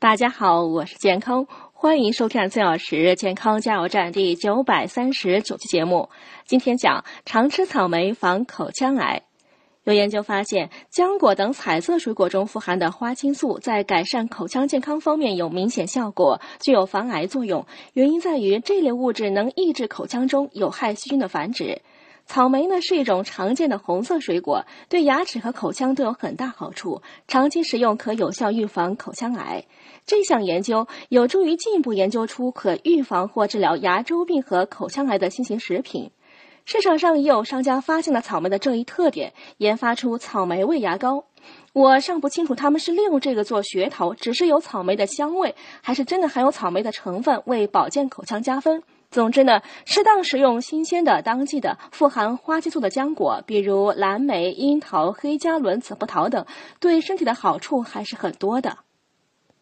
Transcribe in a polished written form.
大家好，我是健康，欢迎收看4小时健康加油站第939期节目。今天讲常吃草莓防口腔癌。有研究发现，浆果等彩色水果中富含的花青素在改善口腔健康方面有明显效果，具有防癌作用。原因在于这类物质能抑制口腔中有害细菌的繁殖。草莓呢是一种常见的红色水果，对牙齿和口腔都有很大好处，长期食用可有效预防口腔癌。这项研究有助于进一步研究出可预防或治疗牙周病和口腔癌的新型食品。市场上也有商家发现了草莓的这一特点，研发出草莓味牙膏。我尚不清楚他们是利用这个做噱头，只是有草莓的香味，还是真的含有草莓的成分为保健口腔加分。总之呢，适当食用新鲜的、当季的、富含花青素的浆果，比如蓝莓、樱桃、黑加仑、紫葡萄等，对身体的好处还是很多的。